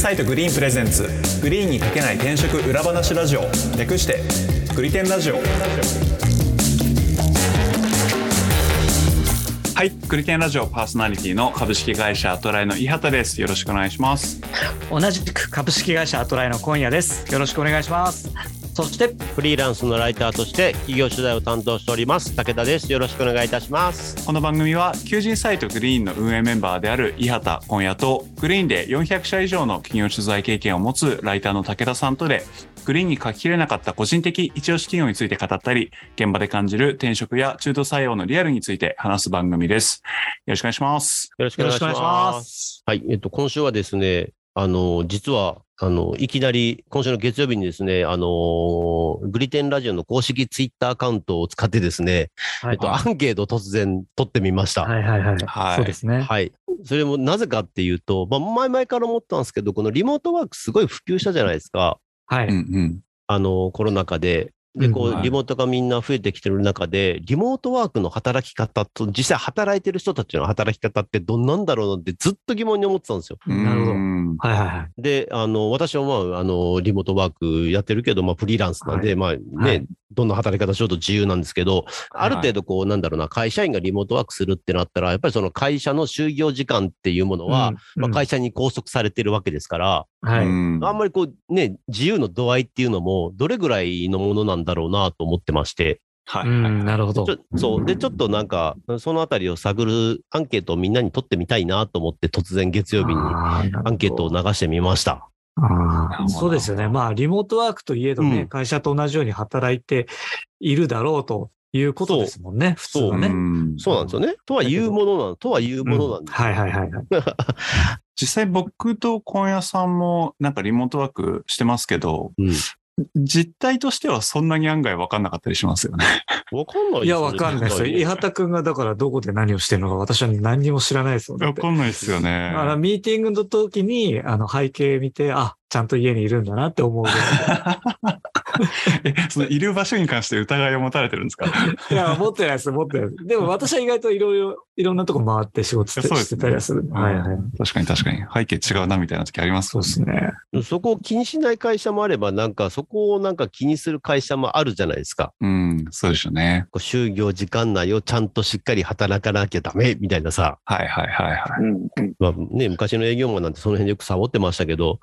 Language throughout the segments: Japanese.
サイトグリーンプレゼンツ、グリーンにかけない転職裏話ラジオ、略してグリテンラジオ。はい、グリテンラジオパーソナリティの株式会社アトライの井畑です。よろしくお願いします。 同じく株式会社アトライの今夜です。よろしくお願いします。そしてフリーランスのライターとして企業取材を担当しております武田です。よろしくお願いいたします。 この番組は求人サイトグリーンの運営メンバーである井畑今夜と、グリーンで400社以上の企業取材経験を持つライターの武田さんとで、グリーンに書ききれなかった個人的一押し企業について語ったり、現場で感じる転職や中途採用のリアルについて話す番組です。よろしくお願いします。 よろしくお願いします。はい、今週はですね、実はいきなり今週の月曜日にですね、グリテンラジオの公式ツイッターアカウントを使ってですね、アンケートを突然取ってみました。 そうですね。 はい。それもなぜかっていうと、前々から思ったんですけど、このリモートワークすごい普及したじゃないですか。 はい。 コロナ禍で。で、リモートがみんな増えてきてる中で、リモートワークの働き方と、実際働いてる人たちの働き方ってどんなんだろうなってずっと疑問に思ってたんですよ。 なるほど。で、 私はリモートワークやってるけど、フリーランスなんで、どんな働き方しようと自由なんですけど、ある程度会社員がリモートワークするってなったら、やっぱりその会社の就業時間っていうものは、会社に拘束されてるわけですから、あんまり自由の度合いっていうのも、どれぐらいのものなんだろうなと思ってまして。 なるほど。 そう。で、ちょっとそのあたりを探るアンケートをみんなに取ってみたいなと思って、突然月曜日にアンケートを流してみました。 そうですよね。リモートワークといえどね、会社と同じように働いているだろうということですもんね、普通はね。 そうなんですよね。とはいうものなんです。 実際僕と今夜さんもリモートワークしてますけど、実態としてはそんなに案外分かんなかったりしますよね。 分かんないですよね。 いや、分かんないですよ。井畑くんがだからどこで何をしてるのか私は何にも知らないですよね。 分かんないですよね。 ミーティングの時に、背景見て、ちゃんと家にいるんだなって思うぐらい。 そのいる場所に関して疑いを持たれてるんですか？ いや、持ってないです。でも私は意外といろんなとこ回って仕事してたりする。 確かに背景違うなみたいな時あります。 そうですね。 そこを気にしない会社もあれば、そこを気にする会社もあるじゃないですか。 そうでしょうね。 就業時間内をちゃんとしっかり働かなきゃダメみたいなさ。昔の営業マンなんてその辺でよくサボってましたけど。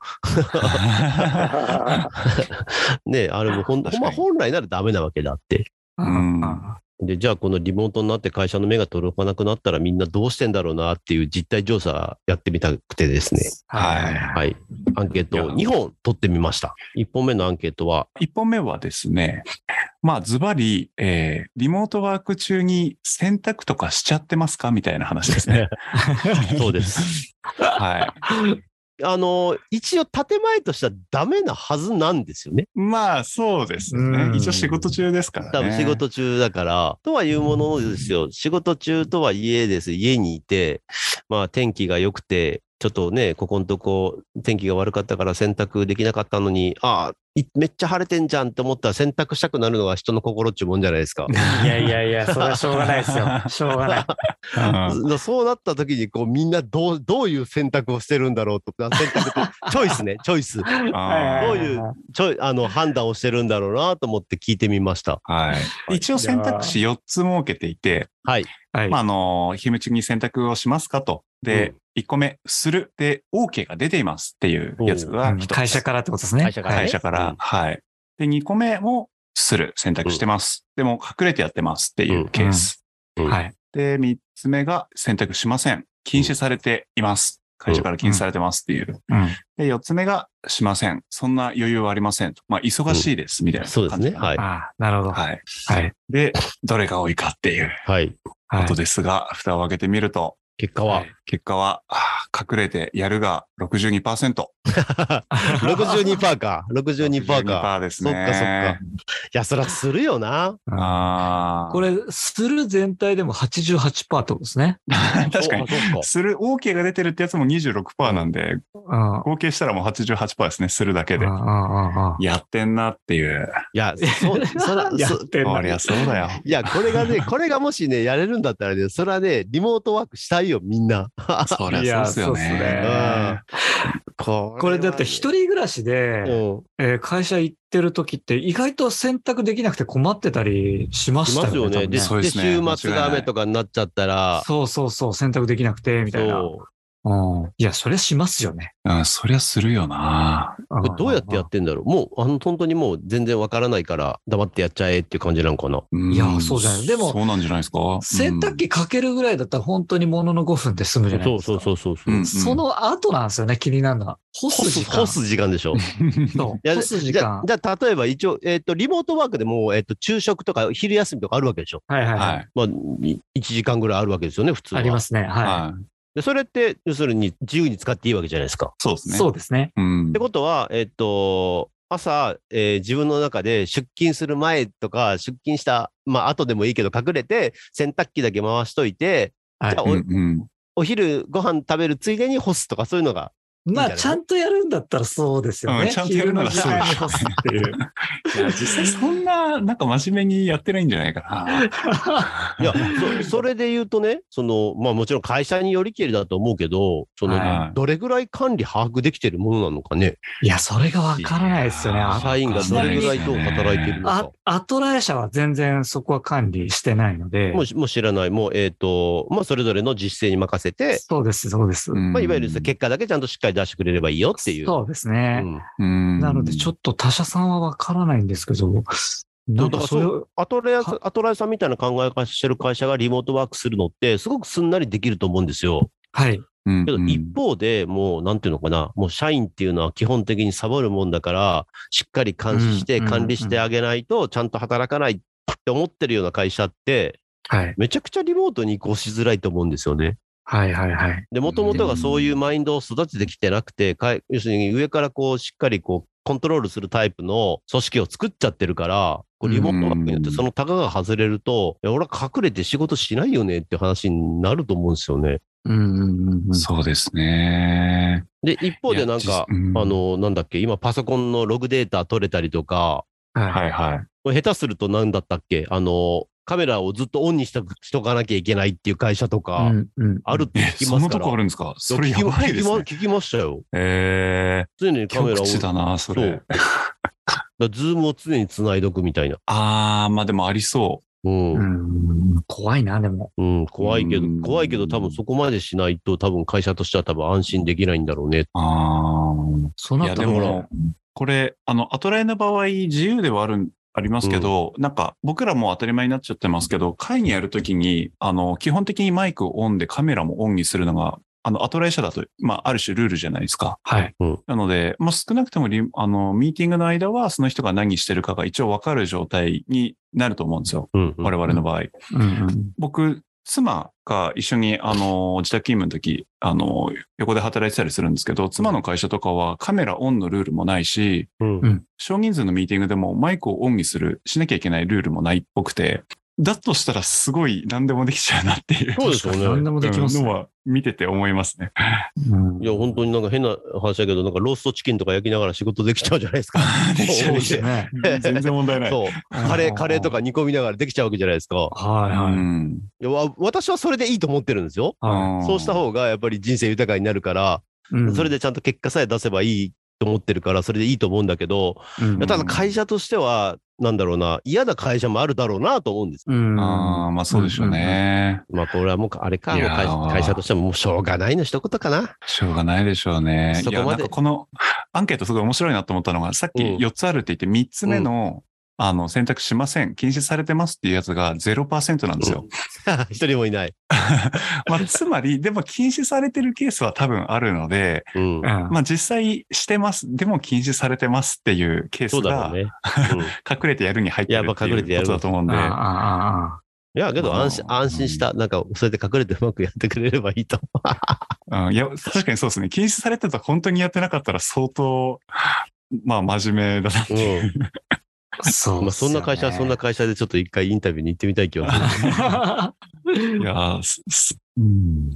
あれも本来ならダメなわけだって。で、じゃあこのリモートになって会社の目が届かなくなったらみんなどうしてんだろうなっていう実態調査やってみたくてですね。はい。アンケートを2本取ってみました。1本目のアンケートは。 1本目はですね、ズバリ、リモートワーク中に洗濯とかしちゃってますかみたいな話ですね。 そうです。 はい。 一応建前としてはダメなはずなんですよね。 そうですね。一応仕事中ですからね。 多分仕事中だから、とはいうもののですよ。仕事中とはいえです。家にいて、天気が良くて、ちょっとね、ここのとこ天気が悪かったから洗濯できなかったのに、めっちゃ晴れてんじゃんって思ったら洗濯したくなるのが人の心っちゅうもんじゃないですか。 いや、それはしょうがないですよ。しょうがない。 そうなった時にみんなどういう選択をしてるんだろうとか、選択ってチョイスね、チョイス。どういう判断をしてるんだろうなと思って聞いてみました。 一応選択肢4つ設けていて、日むちに選択をしますかと。で、1個目、する。で、OK が出ていますっていうやつが1つ。 会社からってことですね。 会社から。はい。で、2個目も、する。選択してます。でも、隠れてやってますっていうケース。はい。で、3つ目が、選択しません。禁止されています。会社から禁止されてますっていう。で、4つ目が、しません。そんな余裕はありませんと。忙しいです。みたいな感じ。 そうですね。はい。 なるほど。 はい。で、どれが多いかっていうことですが、蓋を開けてみると、 結果は、 隠れてやるが 62%。 62% か。62% か。 62%ですね。 そっか。いや、そりゃするよな。 これ、する全体でも 88% ってことですね。 確かに。する、OK が出てるってやつも 26% なんで、合計したらもう 88% ですね。するだけで。やってんなっていう。 いや、そりゃそうだよ。 いや、これがもしね、やれるんだったらね、それはね、リモートワークしたいよ、みんな。 そりゃそうですよね。 これだって一人暮らしで、会社行ってる時って意外と洗濯できなくて困ってたりしましたよね。 で、週末が雨とかになっちゃったら。 そう、洗濯できなくて、みたいな。いや、そりゃしますよね。 そりゃするよな。 どうやってやってんだろう。もう、本当にもう全然わからないから黙ってやっちゃえっていう感じなのかな。 いや、そうじゃない。でも、 そうなんじゃないですか。 洗濯機かけるぐらいだったら本当にものの5分で済むじゃないですか。 そう。 その後なんですよね、気になるのは。干す時間でしょ。 干す時間。 じゃあ、例えば一応、リモートワークでも、昼食とか昼休みとかあるわけでしょ。 はい。 まあ、1時間ぐらいあるわけですよね、普通は。 ありますね。はい。 でそれって、要するに自由に使っていいわけじゃないですか。 そうですね。 そうですね。 ってことは、朝、自分の中で出勤する前とか、出勤した、後でもいいけど隠れて、洗濯機だけ回しといて、じゃあお昼ご飯食べるついでに干すとか、そういうのがちゃんとやるんだったらそうですよね。 ちゃんとやるならそうですっていう。いや、実際そんな、なんか真面目にやってないんじゃないかな。 いや、それで言うとね、もちろん会社によりけりだと思うけど、どれぐらい管理把握できてるものなのかね。 いや、それがわからないですよね。 社員がどれぐらいどう働いてるのか。 アトライ社は全然そこは管理してないので。 もう知らない。もう、それぞれの実践に任せて。 そうです。いわゆる結果だけちゃんとしっかり出してくれればいいよっていう。 そうですね。なので、ちょっと他社さんはわからないんですけど、なんかアトライさんみたいな考え方してる会社がリモートワークするのって、すごくすんなりできると思うんですよ。 はい。 けど一方でもう、なんていうのかな、もう社員っていうのは基本的にサボるもんだから、しっかり監視して管理してあげないと、ちゃんと働かないって思ってるような会社って、めちゃくちゃリモートに移行しづらいと思うんですよね。で、もともとがそういうマインドを育ててきてなくて、要するに上からしっかりコントロールするタイプの組織を作っちゃってるから、リモートワークによってそのタガが外れると、俺は隠れて仕事しないよねって話になると思うんですよね。 そうですね。 で、一方でなんか、なんだっけ、今パソコンのログデータ取れたりとか、下手するとなんだったっけ、カメラをずっとオンにしとかなきゃいけないっていう会社とか、あるって聞きますから。 そんなとこあるんですか？それやばいですね。 聞きましたよ。 常にカメラを。極地だな、それ。 ズームを常に繋いどくみたいな。 でもありそう。 怖いな、でも。 怖いけど多分そこまでしないと多分会社としては多分安心できないんだろうね。 いや、でも、これ、アトライの場合自由ではありますけど、なんか僕らも当たり前になっちゃってますけど、会議やるときに、基本的にマイクをオンでカメラもオンにするのが、アトライ社だと、ある種ルールじゃないですか。なので、少なくともミーティングの間は、その人が何してるかが一応わかる状態になると思うんですよ。我々の場合。僕、妻が一緒に、自宅勤務の時、横で働いてたりするんですけど、妻の会社とかはカメラオンのルールもないし、少人数のミーティングでもマイクをオンにしなきゃいけないルールもないっぽくて、だとしたらすごい何でもできちゃうなっていう。 そうですよね。 何でもできますね。 のは見てて思いますね。 いや、本当になんか変な話だけど、なんかローストチキンとか焼きながら仕事できちゃうじゃないですか。 できちゃうね。全然問題ない。 そう。カレーとか煮込みながらできちゃうわけじゃないですか。私はそれでいいと思ってるんですよ。そうした方がやっぱり人生豊かになるから、それでちゃんと結果さえ出せばいいと思ってるから、それでいいと思うんだけど、ただ会社としては、なんだろうな、嫌な会社もあるだろうなと思うんです。 そうでしょうね。 これはもう、あれか、会社としてももうしょうがないの一言かな。 しょうがないでしょうね。いや、なんかこのアンケートすごい面白いなと思ったのが、さっき4つあるって言って3つ目の、選択しません。禁止されてますっていうやつが 0% なんですよ。 一人もいない。 つまり、でも禁止されてるケースは多分あるので、実際してます。でも禁止されてますっていうケースが、隠れてやるに入ってるっていうことだと思うんで。 いや、けど安心した。なんか、それで隠れてうまくやってくれればいいと思う。 いや、確かにそうですね。禁止されてたら本当にやってなかったら相当、真面目だなっていう。 そんな会社はそんな会社でちょっと一回インタビューに行ってみたい気はする。 いや、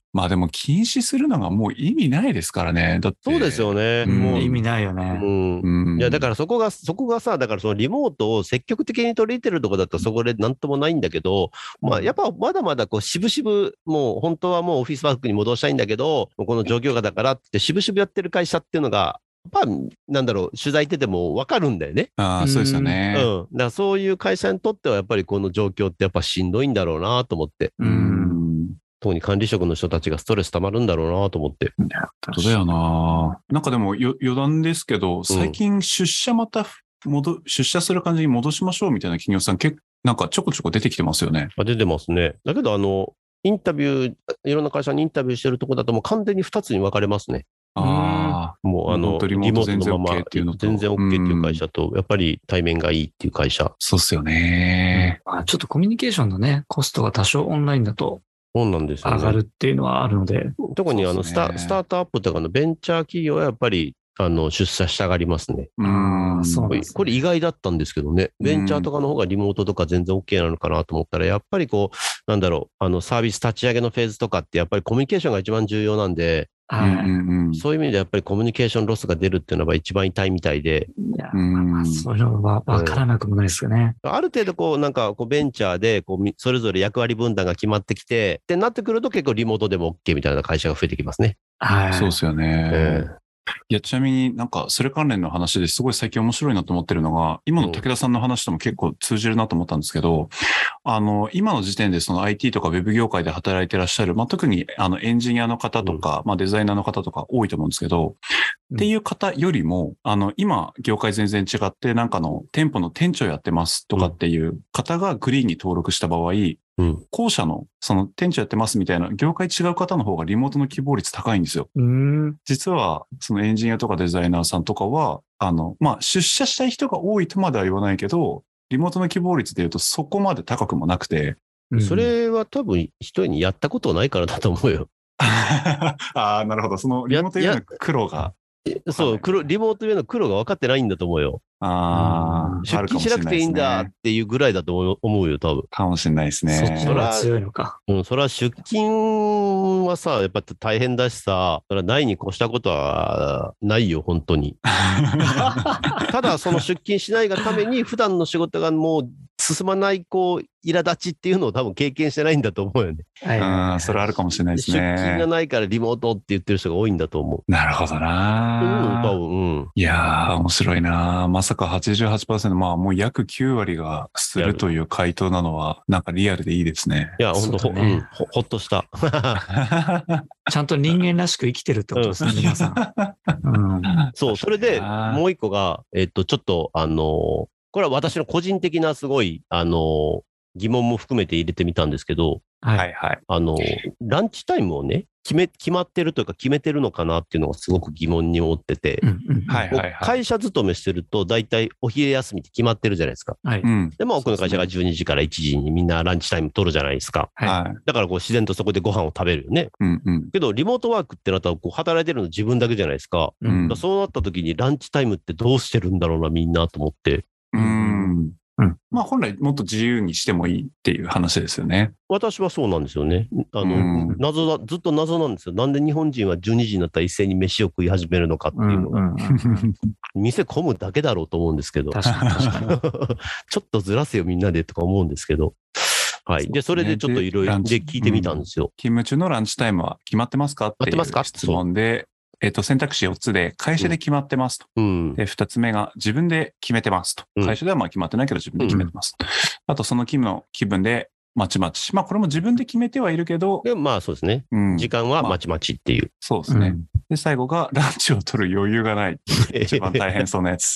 まあでも禁止するのがもう意味ないですからね。だって。 そうですよね。 もう意味ないよね。 いや、だからそこがさ、だからそのリモートを積極的に取り入れてるところだとそこでなんともないんだけど、まあやっぱまだまだこう渋々、もう本当はもうオフィスワークに戻したいんだけど、この状況がだからって渋々やってる会社っていうのが、やっぱなんだろう、取材行ってても分かるんだよね。 ああ、そうですよね。 だからそういう会社にとってはやっぱりこの状況ってやっぱしんどいんだろうなと思って。特に管理職の人たちがストレス溜まるんだろうなと思って。 そうだよな。なんかでも余談ですけど、最近出社出社する感じに戻しましょうみたいな企業さんなんかちょこちょこ出てきてますよね。 出てますね。だけどインタビュー、いろんな会社にインタビューしてるとこだともう完全に2つに分かれますね。 ああ。 もうリモートのまま全然 OK っていう会社と、やっぱり対面がいいっていう会社。 そうっすよね。 ちょっとコミュニケーションのね、コストが多少オンラインだとそうなんですよね。 上がるっていうのはあるので。 特にスタートアップとかのベンチャー企業はやっぱり出社したがりますね。 そうなんですね。 これ意外だったんですけどね。ベンチャーとかの方がリモートとか全然 OK なのかなと思ったら、やっぱりこう、なんだろう、サービス立ち上げのフェーズとかってやっぱりコミュニケーションが一番重要なんで、そういう意味でやっぱりコミュニケーションロスが出るっていうのが一番痛いみたいで。 いや、そういうのは分からなくもないですよね。 ある程度こう、なんかこうベンチャーでこうそれぞれ役割分担が決まってきて、ってなってくると結構リモートでも OK みたいな会社が増えてきますね。 そうですよね。いや、ちなみになんか、それ関連の話ですごい最近面白いなと思ってるのが、今の武田さんの話とも結構通じるなと思ったんですけど、今の時点でその IT とか Web 業界で働いてらっしゃる、特にエンジニアの方とか、デザイナーの方とか多いと思うんですけど、っていう方よりも、今、業界全然違って、なんか店舗の店長やってますとかっていう方がグリーンに登録した場合、後者のその店長やってますみたいな業界違う方の方がリモートの希望率高いんですよ。実は、そのエンジニアとかデザイナーさんとかは、出社したい人が多いとまでは言わないけど、リモートの希望率で言うとそこまで高くもなくて。 それは多分一人にやったことないからだと思うよ。 ああ、なるほど。そのリモートへの苦労が。 そう、リモートへの苦労が分かってないんだと思うよ。出勤しなくていいんだっていうぐらいだと思うよ、多分。 かもしれないですね。 それは強いのか。 それは出勤はさ、やっぱ大変だしさ、それはないに越したことはないよ、本当に。ただ、その出勤しないがために、普段の仕事がもう進まない、苛立ちっていうのを多分経験してないんだと思うよね。 それあるかもしれないですね。 出勤がないからリモートって言ってる人が多いんだと思う。 なるほどな。 多分。 いやー、面白いな。まさか 88%、もう約9割がするという回答なのは、なんかリアルでいいですね。 いや、本当ほっとした。 ちゃんと人間らしく生きてるってことですね、皆さん。 そう、それでもう一個が、ちょっと、これは私の個人的なすごい、疑問も含めて入れてみたんですけど、 はいはい。 ランチタイムをね、決まってるというか決めてるのかなっていうのがすごく疑問に思ってて、会社勤めしてると大体お昼休みって決まってるじゃないですか。でも多くの会社が12時から1時にみんなランチタイム取るじゃないですか。だから自然とそこでご飯を食べるよね。けどリモートワークってなったら働いてるの自分だけじゃないですか。そうなった時にランチタイムってどうしてるんだろうなみんなと思って。 本来もっと自由にしてもいいっていう話ですよね。 私はそうなんですよね。ずっと謎なんですよ。なんで日本人は12時になったら一斉に飯を食い始めるのかっていうのが。店混むだけだろうと思うんですけど。確かに。ちょっとずらせよみんなでとか思うんですけど。はい。で、それでちょっといろいろ聞いてみたんですよ。 勤務中のランチタイムは決まってますかっていう質問で、選択肢4つで、会社で決まってますと。で、2つ目が自分で決めてますと。会社では決まってないけど自分で決めてます。あと、その勤務の気分でまちまち。これも自分で決めてはいるけど。 でそうですね。時間はまちまちっていう。 そうですね。で、最後がランチを取る余裕がない。一番大変そうなやつ。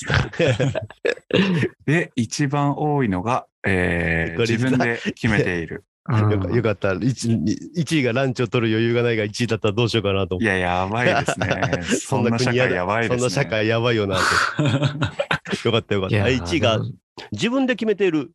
で、一番多いのが、自分で決めている。 よかった。1位がランチを取る余裕がないが1位だったらどうしようかなと。 いや、やばいですね。そんな社会やばいですね。 そんな社会やばいよなと。よかったよかった。1位が自分で決めている。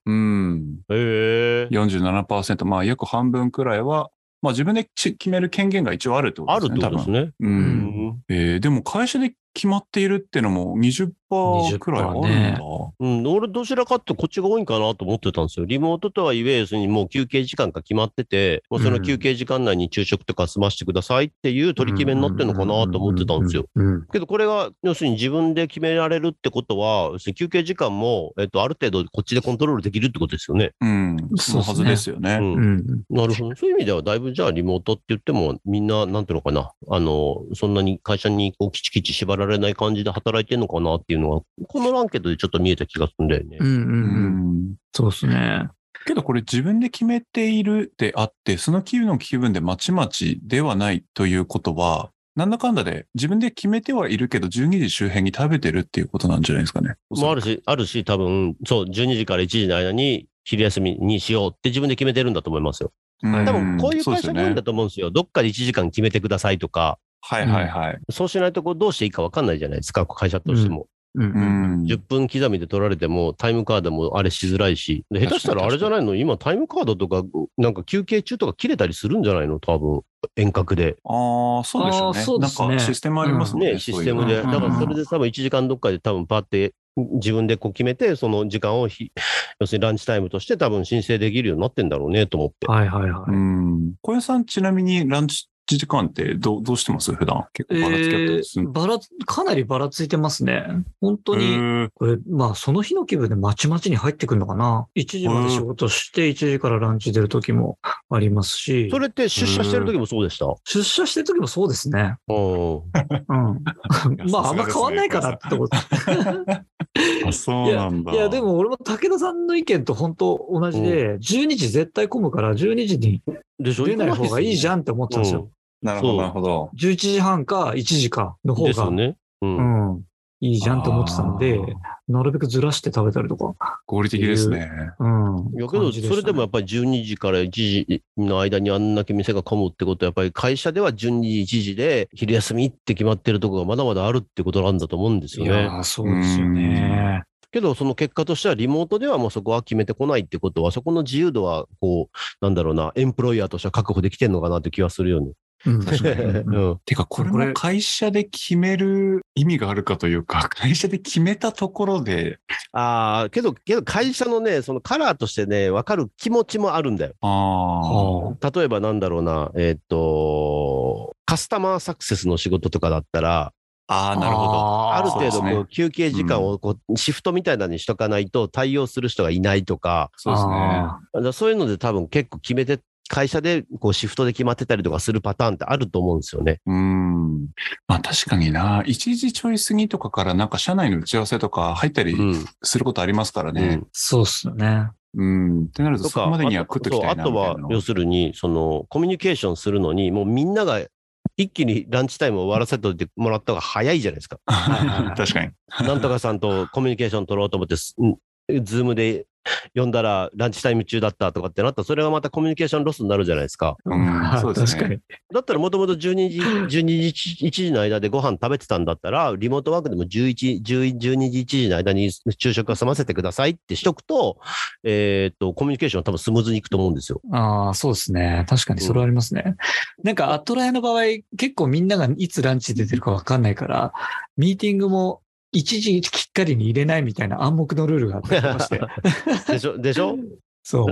47%、約半分くらいは、自分で決める権限が一応あるってことですね。 あるってことですね。 でも会社で決まっているっていうのも20%くらいあるんだ。 ね、 俺どちらかってこっちが多いんかなと思ってたんですよ。リモートとはいえ、要するにもう休憩時間が決まってて、もうその休憩時間内に昼食とか済ましてくださいっていう取り決めになってるのかなと思ってたんですよ。けどこれが、要するに自分で決められるってことは、要するに休憩時間も、ある程度こっちでコントロールできるってことですよね。 そのはずですよね。 なるほど。そういう意味では、だいぶじゃあリモートって言っても、みんな、なんていうのかな、そんなに会社にこうキチキチ縛られない感じで働いてるのかなっていうのは、このアンケートでちょっと見えた気がするんだよね。 そうですね。 けどこれ自分で決めているであって、その気分でまちまちではないということは、なんだかんだで自分で決めてはいるけど、12時周辺に食べてるっていうことなんじゃないですかね。 あるし、多分、そう、12時から1時の間に昼休みにしようって自分で決めてるんだと思いますよ。多分、こういう会社が多いんだと思うんですよ。どっかで1時間決めてくださいとか。そうしないとどうしていいか分かんないじゃないですか、会社としても。10分刻みで取られてもタイムカードもあれしづらいし、下手したらあれじゃないの、今タイムカードとかなんか休憩中とか切れたりするんじゃないの、多分遠隔で。 そうでしょうね。なんかシステムありますもんね。 システムで。だからそれで多分1時間どっかで多分パッて自分でこう決めて、その時間を要するにランチタイムとして多分申請できるようになってんだろうねと思って。 小屋さんちなみにランチ時間ってどうしてます普段？結構ばらつきあったりする？ かなりばらついてますね。本当に、これ、まあその日の気分でまちまちに入ってくるのかな。1時まで仕事して1時からランチ出る時もありますし。 それって出社してる時もそうでした？ 出社してる時もそうですね。まああんま変わんないかなって思って。 そうなんだ。 いやでも俺も武田さんの意見と本当同じで、12時絶対混むから12時に出ない方がいいじゃんって思ってたんですよ。 なるほど、なるほど。 11時半か1時かの方が、いいじゃんと思ってたんで、なるべくずらして食べたりとか。 合理的ですね。 いやけど、それでもやっぱり12時から1時の間にあんだけ店が混むってことは、やっぱり会社では12時、1時で昼休みって決まってるところがまだまだあるってことなんだと思うんですよね。 いやそうですよね。 けど、その結果としては、リモートではもうそこは決めてこないってことは、そこの自由度は、こう、なんだろうな、エンプロイヤーとしては確保できてんのかなって気はするよね。 てか、これも会社で決める意味があるかというか、会社で決めたところで。 けど会社のね、そのカラーとしてね、わかる気持ちもあるんだよ。例えばなんだろうな、カスタマーサクセスの仕事とかだったら、 なるほど。 ある程度こう休憩時間をこうシフトみたいなのにしとかないと対応する人がいないとか、 そうですね。 そういうので多分結構決めて、会社でこうシフトで決まってたりとかするパターンってあると思うんですよね。 まあ確かにな、1時ちょい過ぎとかからなんか社内の打ち合わせとか入ったりすることありますからね。 そうっすよね。 ってなるとそこまでには食っときたいなみたいな。 あとは要するにそのコミュニケーションするのにもうみんなが一気にランチタイムを終わらせておいてもらった方が早いじゃないですか。 確かに。 なんとかさんとコミュニケーション取ろうと思って、ズームで呼んだらランチタイム中だったとかってなったら、それがまたコミュニケーションロスになるじゃないですか。 そうですね。 確かに。 だったらもともと12時、1時の間でご飯食べてたんだったら、リモートワークでも12時、1時の間に昼食は済ませてくださいってしとくと、コミュニケーションは多分スムーズにいくと思うんですよ。 そうですね。確かにそれはありますね。なんか、アトライの場合、結構みんながいつランチ出てるかわかんないから、ミーティングも一時きっかりに入れないみたいな暗黙のルールがあったりまして。 でしょそう。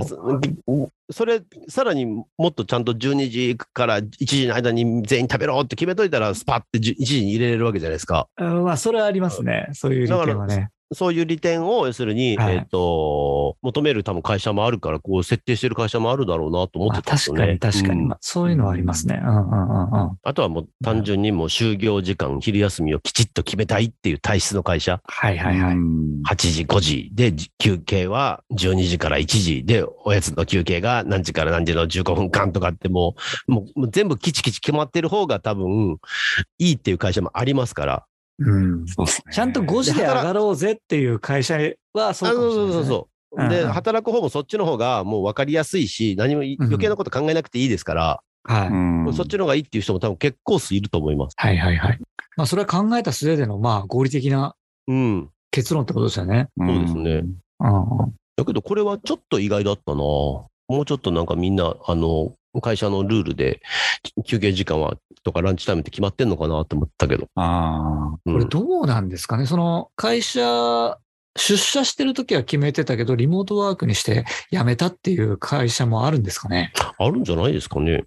それ、さらにもっとちゃんと12時から1時の間に全員食べろって決めといたら、スパッて1時に入れれるわけじゃないですか。 まあ、それはありますね。そういう利点はね。 そういう利点を、要するに、求める多分会社もあるから、こう設定してる会社もあるだろうなと思ってたんですよね。 確かに。そういうのはありますね。 あとはもう単純にもう就業時間、昼休みをきちっと決めたいっていう体質の会社。8時、5時で休憩は12時から1時で、おやつの休憩が何時から何時の15分間とかってもう全部きちきち決まってる方が多分いいっていう会社もありますから。 そうですね。 ちゃんと5時で上がろうぜっていう会社はそうかもしれないですね。 そう。で、働く方もそっちの方がもう分かりやすいし、何も余計なこと考えなくていいですから、そっちの方がいいっていう人も多分結構数いると思います。 まあ、それは考えた末での、まあ、合理的な結論ってことですよね。 そうですね。だけど、これはちょっと意外だったな。もうちょっとなんかみんな、 会社のルールで休憩時間はとかランチタイムって決まってんのかなと思ったけど。 ああ。 これどうなんですかね。その会社、出社してるときは決めてたけど、リモートワークにして辞めたっていう会社もあるんですかね。 あるんじゃないですかね。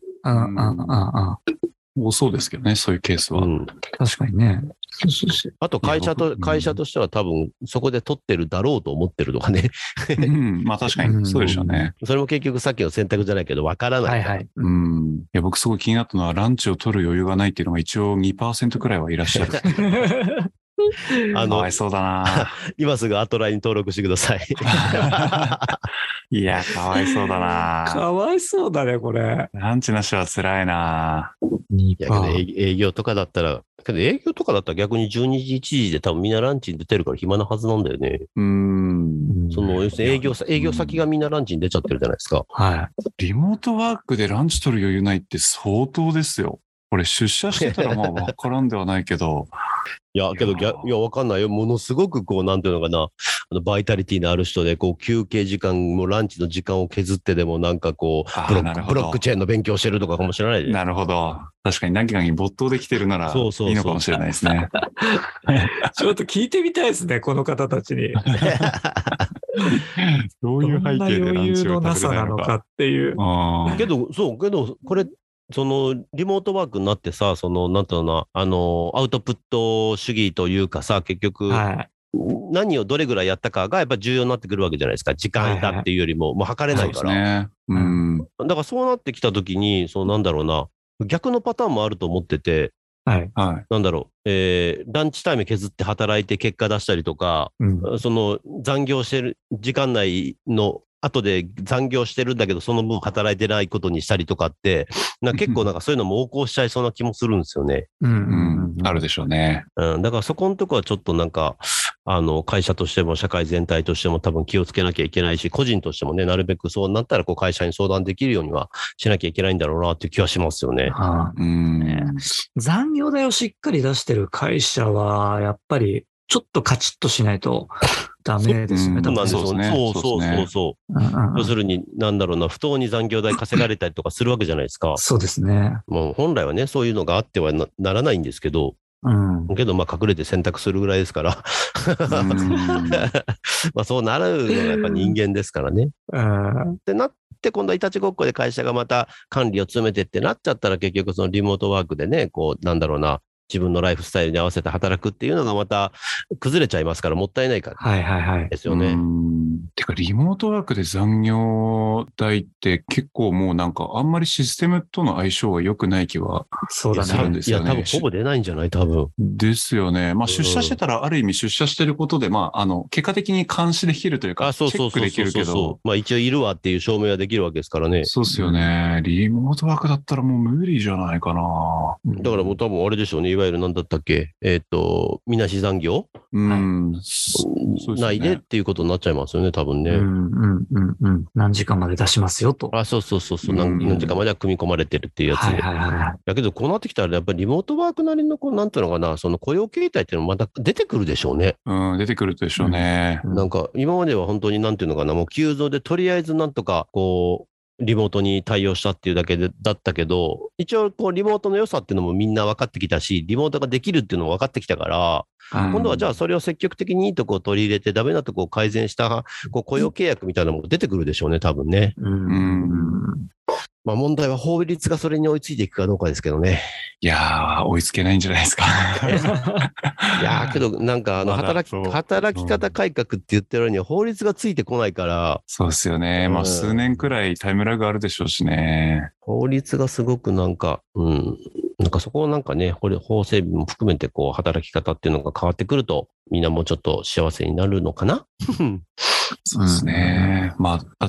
多そうですけどね、そういうケースは。 確かにね。 あと会社としては多分そこで取ってるだろうと思ってるとかね。 まあ確かにそうでしょうね。 それも結局さっきの選択じゃないけど分からない。 いや僕すごい気になったのはランチを取る余裕がないっていうのが一応 2% くらいはいらっしゃる。かわいそうだな。 今すぐアトライに登録してください。 いや、かわいそうだな。 かわいそうだね、これ。 ランチなしは辛いな。 いやけど営業とかだったら、逆に12時、1時で多分みんなランチに出てるから暇なはずなんだよね。要するに営業先がみんなランチに出ちゃってるじゃないですか。 はい。リモートワークでランチ取る余裕ないって相当ですよ。これ出社してたらまあ分からんではないけど。 いや、分かんないよ。ものすごくなんていうのかな、バイタリティのある人で、休憩時間もランチの時間を削ってでもブロックチェーンの勉強してるとかかもしれないで。 なるほど。確かに何かに没頭できてるならいいのかもしれないですね。 ちょっと聞いてみたいですね、この方たちに。 どういう背景でランチを食べれないのか。どんな余裕のなさなのかっていう。 けど、これ、リモートワークになってさ、なんていうのかな、アウトプット主義というかさ、結局、何をどれぐらいやったかがやっぱ重要になってくるわけじゃないですか。時間だっていうよりも、もう測れないから。だからそうなってきたときに、なんだろうな、逆のパターンもあると思ってて、なんだろう、ランチタイム削って働いて結果出したりとか、残業してる時間内の後で残業してるんだけど、その分働いてないことにしたりとかって、結構そういうのも横行しちゃいそうな気もするんですよね。 あるでしょうね。 だからそこのとこはちょっと会社としても社会全体としても多分気をつけなきゃいけないし、個人としてもね、なるべくそうなったら会社に相談できるようにはしなきゃいけないんだろうなっていう気はしますよね。 残業代をしっかり出してる会社は、やっぱりちょっとカチッとしないとダメですよね。 そうなんですよね。そう。要するに、不当に残業代稼がれたりとかするわけじゃないですか。 そうですね。 もう本来はね、そういうのがあっては ならないんですけど、けど、隠れて選択するぐらいですから。そうなるのがやっぱ人間ですからね。ってなって、今度はいたちごっこで会社がまた管理を詰めてってなっちゃったら、結局そのリモートワークでね、自分のライフスタイルに合わせて働くっていうのがまた崩れちゃいますからもったいないからですよね。 てかリモートワークで残業代って結構もうあんまりシステムとの相性は良くない気はするんですよね。 いや多分ほぼ出ないんじゃない多分。 ですよね。出社してたらある意味出社してることで結果的に監視できるというかチェックできるけど。 一応いるわっていう証明はできるわけですからね。 そうですよね。リモートワークだったらもう無理じゃないかな。 だからもう多分あれでしょうね。いわゆる何だったっけみなし残業内でっていうことになっちゃいますよね、多分ね。 何時間まで出しますよと。 そう。何時間までは組み込まれてるっていうやつで。だけど、こうなってきたら、やっぱりリモートワークなりの、なんていうのかな、雇用形態っていうのもまた出てくるでしょうね。 出てくるでしょうね。 今までは本当になんていうのかな、もう急増でとりあえずなんとか、リモートに対応したっていうだけだったけど、一応リモートの良さっていうのもみんな分かってきたし、リモートができるっていうのも分かってきたから、今度はじゃあそれを積極的にいいとこを取り入れてダメなとこを改善した雇用契約みたいなのも出てくるでしょうね、多分ね。問題は法律がそれに追いついていくかどうかですけどね。 いやー、追いつけないんじゃないですか。 いやー、けど働き方改革って言ってるのに法律がついてこないから。 そうですよね。数年くらいタイムラグあるでしょうしね。 法律がすごくそこを法整備も含めて働き方っていうのが変わってくると、みんなもうちょっと幸せになるのかな。 そうですね。だって、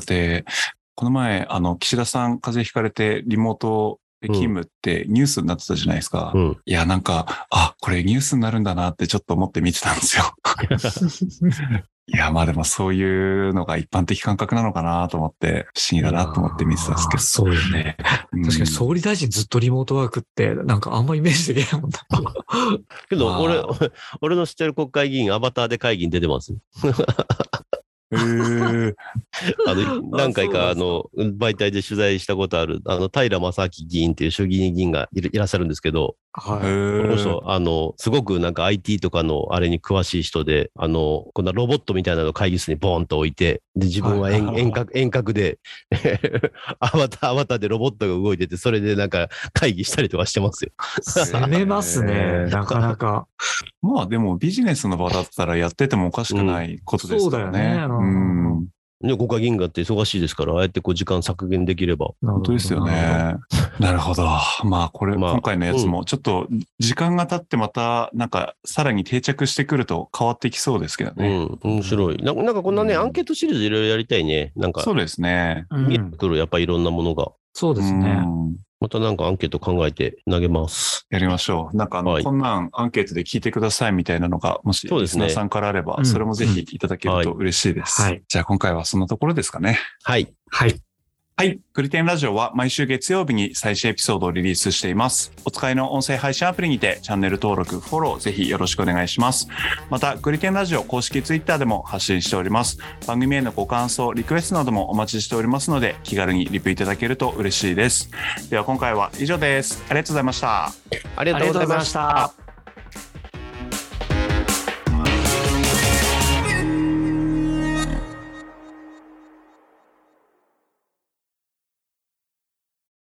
この前、岸田さん風邪ひかれてリモートで勤務ってニュースになってたじゃないですか。いや、これニュースになるんだなってちょっと思って見てたんですよ。いや、でもそういうのが一般的感覚なのかなと思って、不思議だなと思って見てたんですけど。 そうよね。確かに総理大臣ずっとリモートワークってあんまイメージできないもんだ。 けど、俺の知ってる国会議員、アバターで会議に出てます。 何回か媒体で取材したことある平正明議員っていう衆議院議員がいらっしゃるんですけど、 はい。 この人すごくなんか IT とかのあれに詳しい人で、こんなロボットみたいなのを会議室にボーンと置いて、で自分は遠隔でアバターでロボットが動いてて、それでなんか会議したりとかしてますよ。 攻めますね、なかなか。 まあでもビジネスの場だったらやっててもおかしくないことですからね。 そうだよね。 国会議員がって忙しいですから、ああやってこう時間削減できれば。 本当ですよね。なるほど。まあこれ、今回のやつもちょっと時間が経ってまたなんかさらに定着してくると変わってきそうですけどね。 面白い。なんかこんなね、アンケートシリーズいろいろやりたいね。なんか。 そうですね。 見えてくる、やっぱりいろんなものが。 そうですね。 またなんかアンケート考えて投げます。 やりましょう。なんかこんなんアンケートで聞いてくださいみたいなのが、もしリスナーさんからあれば、それもぜひいただけると嬉しいです。はい。じゃあ今回はそんなところですかね。 はい。 はい。 はい。クリテンラジオは毎週月曜日に最新エピソードをリリースしています。お使いの音声配信アプリにてチャンネル登録、フォローぜひよろしくお願いします。また、クリテンラジオ公式ツイッターでも発信しております。番組へのご感想、リクエストなどもお待ちしておりますので、気軽にリプいただけると嬉しいです。では今回は以上です。ありがとうございました。 ありがとうございました。